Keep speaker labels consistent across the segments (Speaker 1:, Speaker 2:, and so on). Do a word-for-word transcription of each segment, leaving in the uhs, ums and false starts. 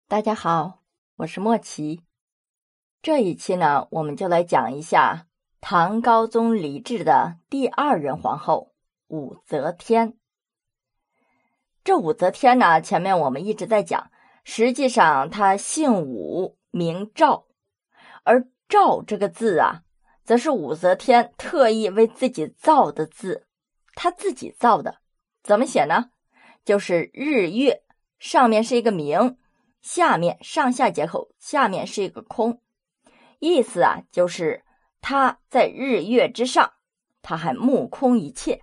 Speaker 1: 大家好，我是莫奇。这一期呢，我们就来讲一下唐高宗李治的第二任皇后武则天。这武则天呢，前面我们一直在讲，实际上她姓武，名赵，而赵这个字啊，则是武则天特意为自己造的字，她自己造的。怎么写呢？就是日月，上面是一个明，下面上下结口，下面是一个空，意思啊，就是他在日月之上，他还目空一切。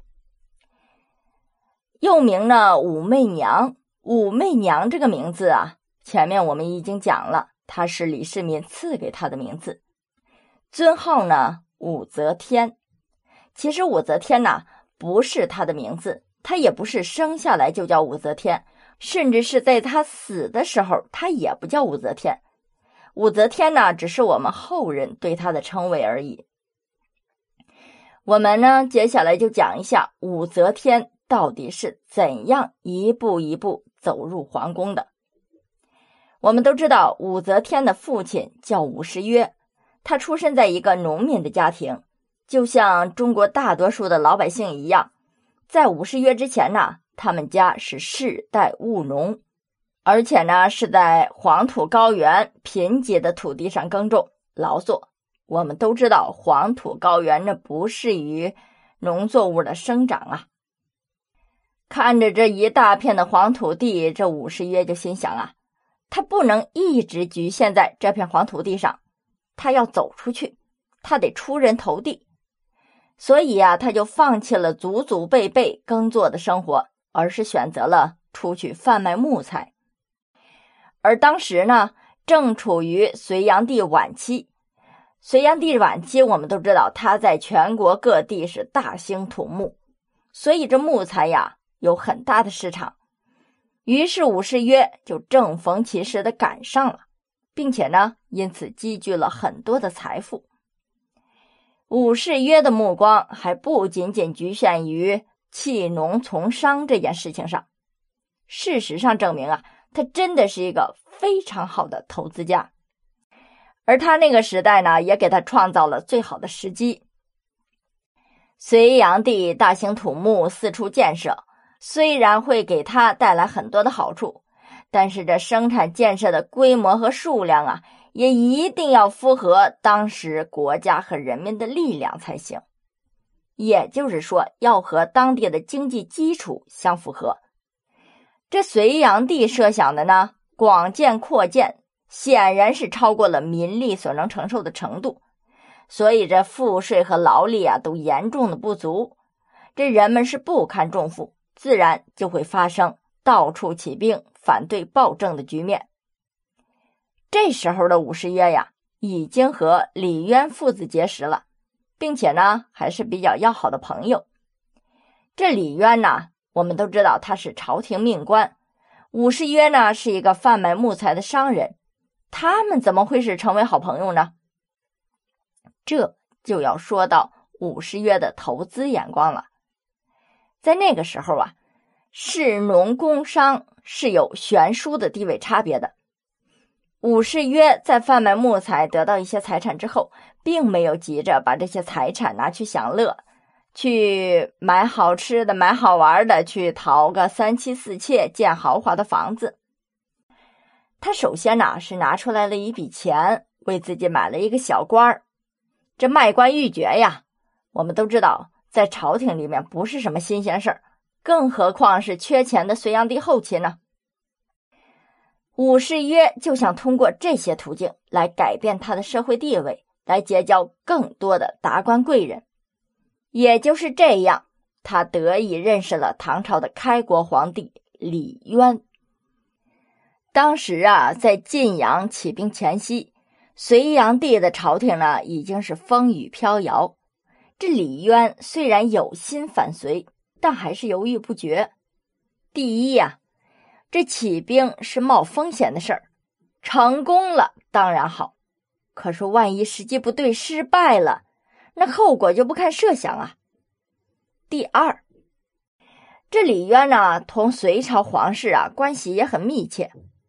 Speaker 1: 又名呢武媚娘，武媚娘这个名字啊，前面我们已经讲了，它是李世民赐给他的名字。尊号呢武则天。其实武则天呢不是他的名字，他也不是生下来就叫武则天，甚至是在他死的时候，他也不叫武则天。武则天呢，只是我们后人对他的称谓而已。我们呢，接下来就讲一下武则天到底是怎样一步一步走入皇宫的。我们都知道，武则天的父亲叫武士约，他出生在一个农民的家庭，就像中国大多数的老百姓一样，在武士约之前呢，他们家是世代务农，而且呢是在黄土高原贫瘠的土地上耕种劳作。我们都知道黄土高原那不适于农作物的生长啊。看着这一大片的黄土地，这武士约就心想啊，他不能一直局限在这片黄土地上，他要走出去，他得出人头地。所以啊，他就放弃了祖祖辈辈耕作的生活，而是选择了出去贩卖木材。而当时呢，正处于隋炀帝晚期。隋炀帝晚期，我们都知道他在全国各地是大兴土木，所以这木材呀有很大的市场。于是武士约就正逢其时的赶上了，并且呢，因此积聚了很多的财富。武士约的目光还不仅仅局限于弃农从商这件事情上，事实上证明啊，他真的是一个非常好的投资家。而他那个时代呢，也给他创造了最好的时机。隋炀帝大兴土木，四处建设，虽然会给他带来很多的好处，但是这生产建设的规模和数量啊，也一定要符合当时国家和人民的力量才行。也就是说，要和当地的经济基础相符合。这隋炀帝设想的呢，广建扩建，显然是超过了民力所能承受的程度，所以这赋税和劳力啊都严重的不足，这人们是不堪重负，自然就会发生到处起兵反对暴政的局面。这时候的武士约呀，已经和李渊父子结识了，并且呢还是比较要好的朋友。这李渊呢，我们都知道他是朝廷命官，武士约呢是一个贩卖木材的商人，他们怎么会是成为好朋友呢？这就要说到武士约的投资眼光了。在那个时候啊，士农工商是有悬殊的地位差别的。武士约在贩卖木材得到一些财产之后，并没有急着把这些财产拿去享乐，去买好吃的，买好玩的，去讨个三妻四妾，建豪华的房子。他首先呢是拿出来了一笔钱，为自己买了一个小官儿。这卖官鬻爵呀，我们都知道在朝廷里面不是什么新鲜事儿，更何况是缺钱的隋炀帝后期呢。武士约就想通过这些途径来改变他的社会地位，来结交更多的达官贵人。也就是这样，他得以认识了唐朝的开国皇帝李渊。当时啊，在晋阳起兵前夕，隋炀帝的朝廷呢已经是风雨飘摇。这李渊虽然有心反隋，但还是犹豫不决。第一呀、啊，这起兵是冒风险的事儿，成功了当然好，可是万一时机不对，失败了，那后果就不堪设想啊。第二，这李渊呢同隋朝皇室啊关系也很密切，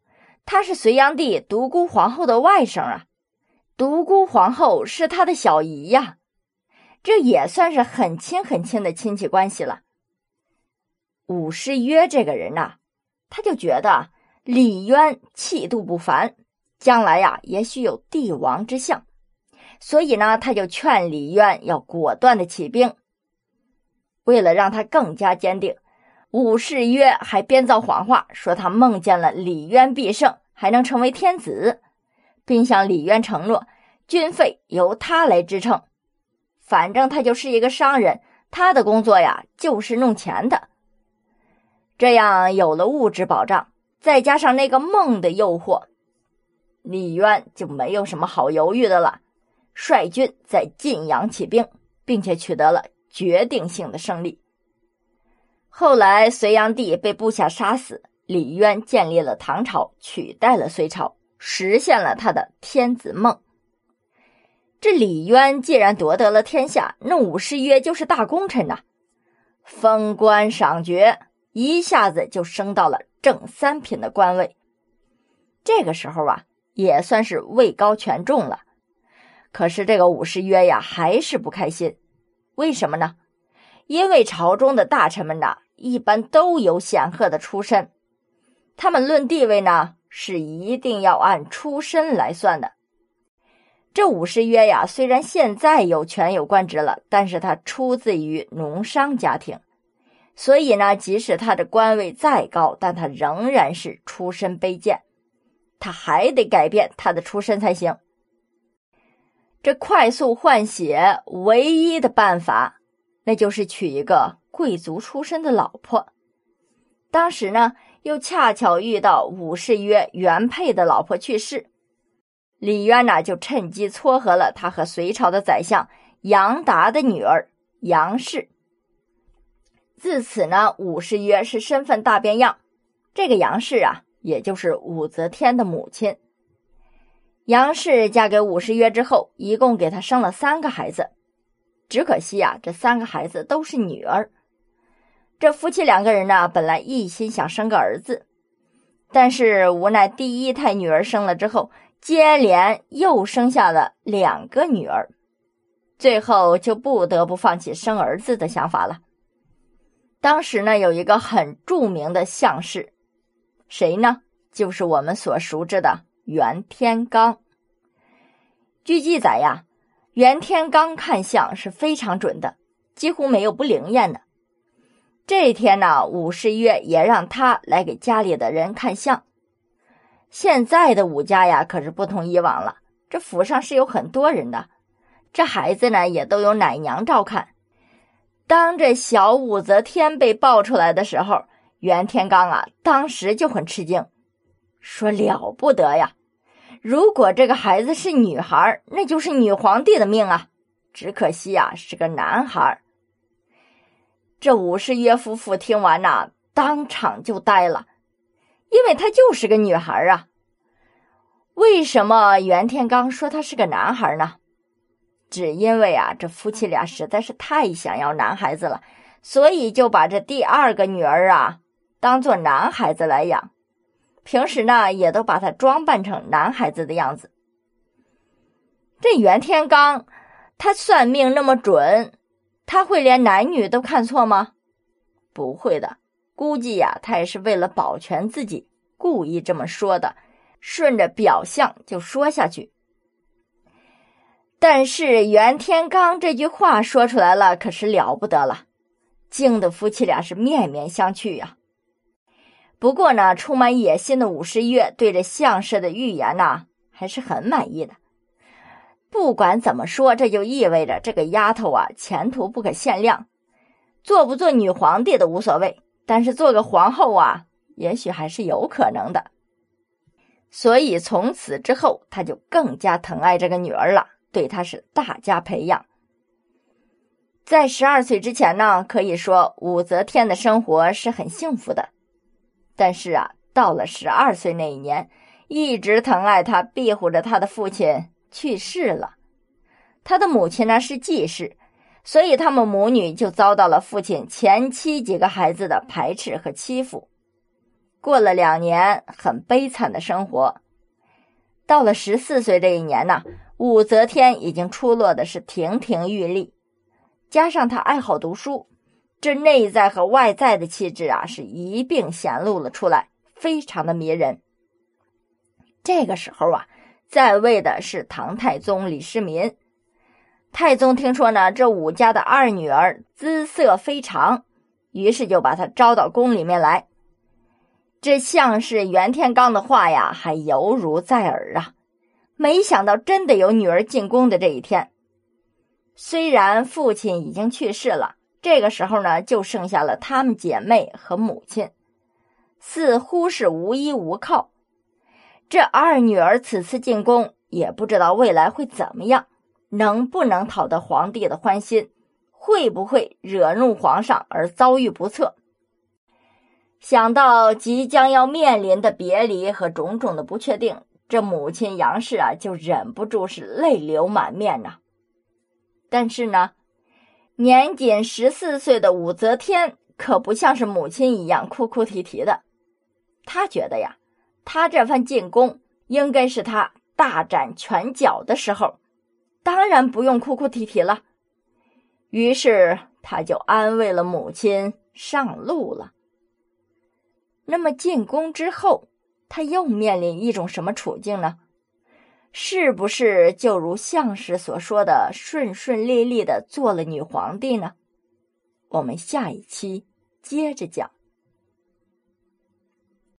Speaker 1: 他是隋炀帝独孤皇后的外甥啊，独孤皇后是他的小姨呀，这也算是很亲很亲的亲戚关系了。武士约这个人呐、啊，他就觉得李渊气度不凡，将来呀、啊、也许有帝王之相，所以呢，他就劝李渊要果断的起兵。为了让他更加坚定，武士约还编造谎话，说他梦见了李渊必胜，还能成为天子，并向李渊承诺军费由他来支撑。反正他就是一个商人，他的工作呀就是弄钱的。这样有了物质保障，再加上那个梦的诱惑，李渊就没有什么好犹豫的了，率军在晋阳起兵，并且取得了决定性的胜利。后来隋炀帝被部下杀死，李渊建立了唐朝，取代了隋朝，实现了他的天子梦。这李渊既然夺得了天下，那武士约就是大功臣呐、啊，封官赏爵，一下子就升到了正三品的官位。这个时候啊，也算是位高权重了。可是这个武士约呀，还是不开心。为什么呢？因为朝中的大臣们呐，一般都有显赫的出身，他们论地位呢，是一定要按出身来算的。这武士约呀，虽然现在有权有官职了，但是他出自于农商家庭，所以呢，即使他的官位再高，但他仍然是出身卑贱，他还得改变他的出身才行。这快速换血唯一的办法，那就是娶一个贵族出身的老婆。当时呢，又恰巧遇到武士约原配的老婆去世，李渊呢就趁机撮合了他和隋朝的宰相杨达的女儿杨氏。自此呢，武士约是身份大变样。这个杨氏啊，也就是武则天的母亲。杨氏嫁给武士约之后，一共给他生了三个孩子，只可惜啊，这三个孩子都是女儿。这夫妻两个人呢，本来一心想生个儿子，但是无奈第一胎女儿生了之后，接连又生下了两个女儿，最后就不得不放弃生儿子的想法了。当时呢，有一个很著名的相士，谁呢？就是我们所熟知的袁天罡。据记载呀，袁天罡看相是非常准的，几乎没有不灵验的。这一天呢，武士约也让他来给家里的人看相。现在的武家呀，可是不同以往了，这府上是有很多人的，这孩子呢也都有奶娘照看。当这小武则天被抱出来的时候，袁天罡啊，当时就很吃惊，说了不得呀！如果这个孩子是女孩，那就是女皇帝的命啊！只可惜啊，是个男孩。这武士约夫妇听完呐、啊，当场就呆了，因为她就是个女孩啊。为什么袁天罡说她是个男孩呢？只因为啊，这夫妻俩实在是太想要男孩子了，所以就把这第二个女儿啊当做男孩子来养，平时呢也都把他装扮成男孩子的样子。这袁天罡他算命那么准，他会连男女都看错吗？不会的，估计呀、啊、他也是为了保全自己故意这么说的，顺着表象就说下去。但是袁天罡这句话说出来了，可是了不得了，惊得夫妻俩是面面相觑呀、啊。不过呢，充满野心的武士约对着相士的预言呢，还是很满意的。不管怎么说，这就意味着这个丫头啊，前途不可限量。做不做女皇帝的无所谓，但是做个皇后啊，也许还是有可能的。所以从此之后，他就更加疼爱这个女儿了，对她是大加培养。在十二岁之前呢，可以说武则天的生活是很幸福的。但是啊，到了十二岁那一年，一直疼爱她庇护着她的父亲去世了。她的母亲呢是继室，所以他们母女就遭到了父亲前妻几个孩子的排斥和欺负。 过了两年很悲惨的生活。到了十四岁这一年呢，武则天已经出落的是亭亭玉立，加上她爱好读书，这内在和外在的气质啊是一并显露了出来，非常的迷人。这个时候啊，在位的是唐太宗李世民。太宗听说呢，这武家的二女儿姿色非常，于是就把她招到宫里面来。这像是袁天罡的话呀，还犹如在耳啊！没想到真的有女儿进宫的这一天。虽然父亲已经去世了，这个时候呢，就剩下了她们姐妹和母亲，似乎是无依无靠。这二女儿此次进宫，也不知道未来会怎么样，能不能讨得皇帝的欢心，会不会惹怒皇上而遭遇不测。想到即将要面临的别离和种种的不确定，这母亲杨氏啊就忍不住是泪流满面呐、啊。但是呢，年仅十四岁的武则天可不像是母亲一样哭哭啼啼的。她觉得呀，她这番进宫应该是她大展拳脚的时候，当然不用哭哭啼啼了。于是她就安慰了母亲，上路了。那么进宫之后，她又面临一种什么处境呢？是不是就如相士所说的顺顺利利的做了女皇帝呢？我们下一期接着讲。